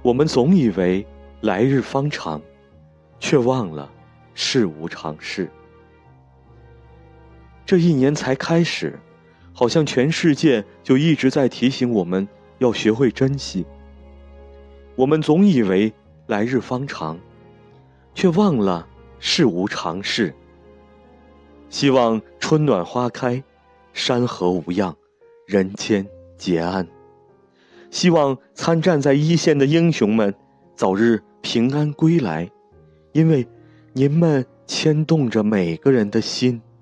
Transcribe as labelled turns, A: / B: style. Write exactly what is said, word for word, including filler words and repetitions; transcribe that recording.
A: 我们总以为来日方长，却忘了世无常事。这一年才开始，好像全世界就一直在提醒我们要学会珍惜。我们总以为来日方长，却忘了世无常事。希望春暖花开，山河无恙，人间皆安。希望参战在一线的英雄们早日平安归来，因为您们牵动着每个人的心。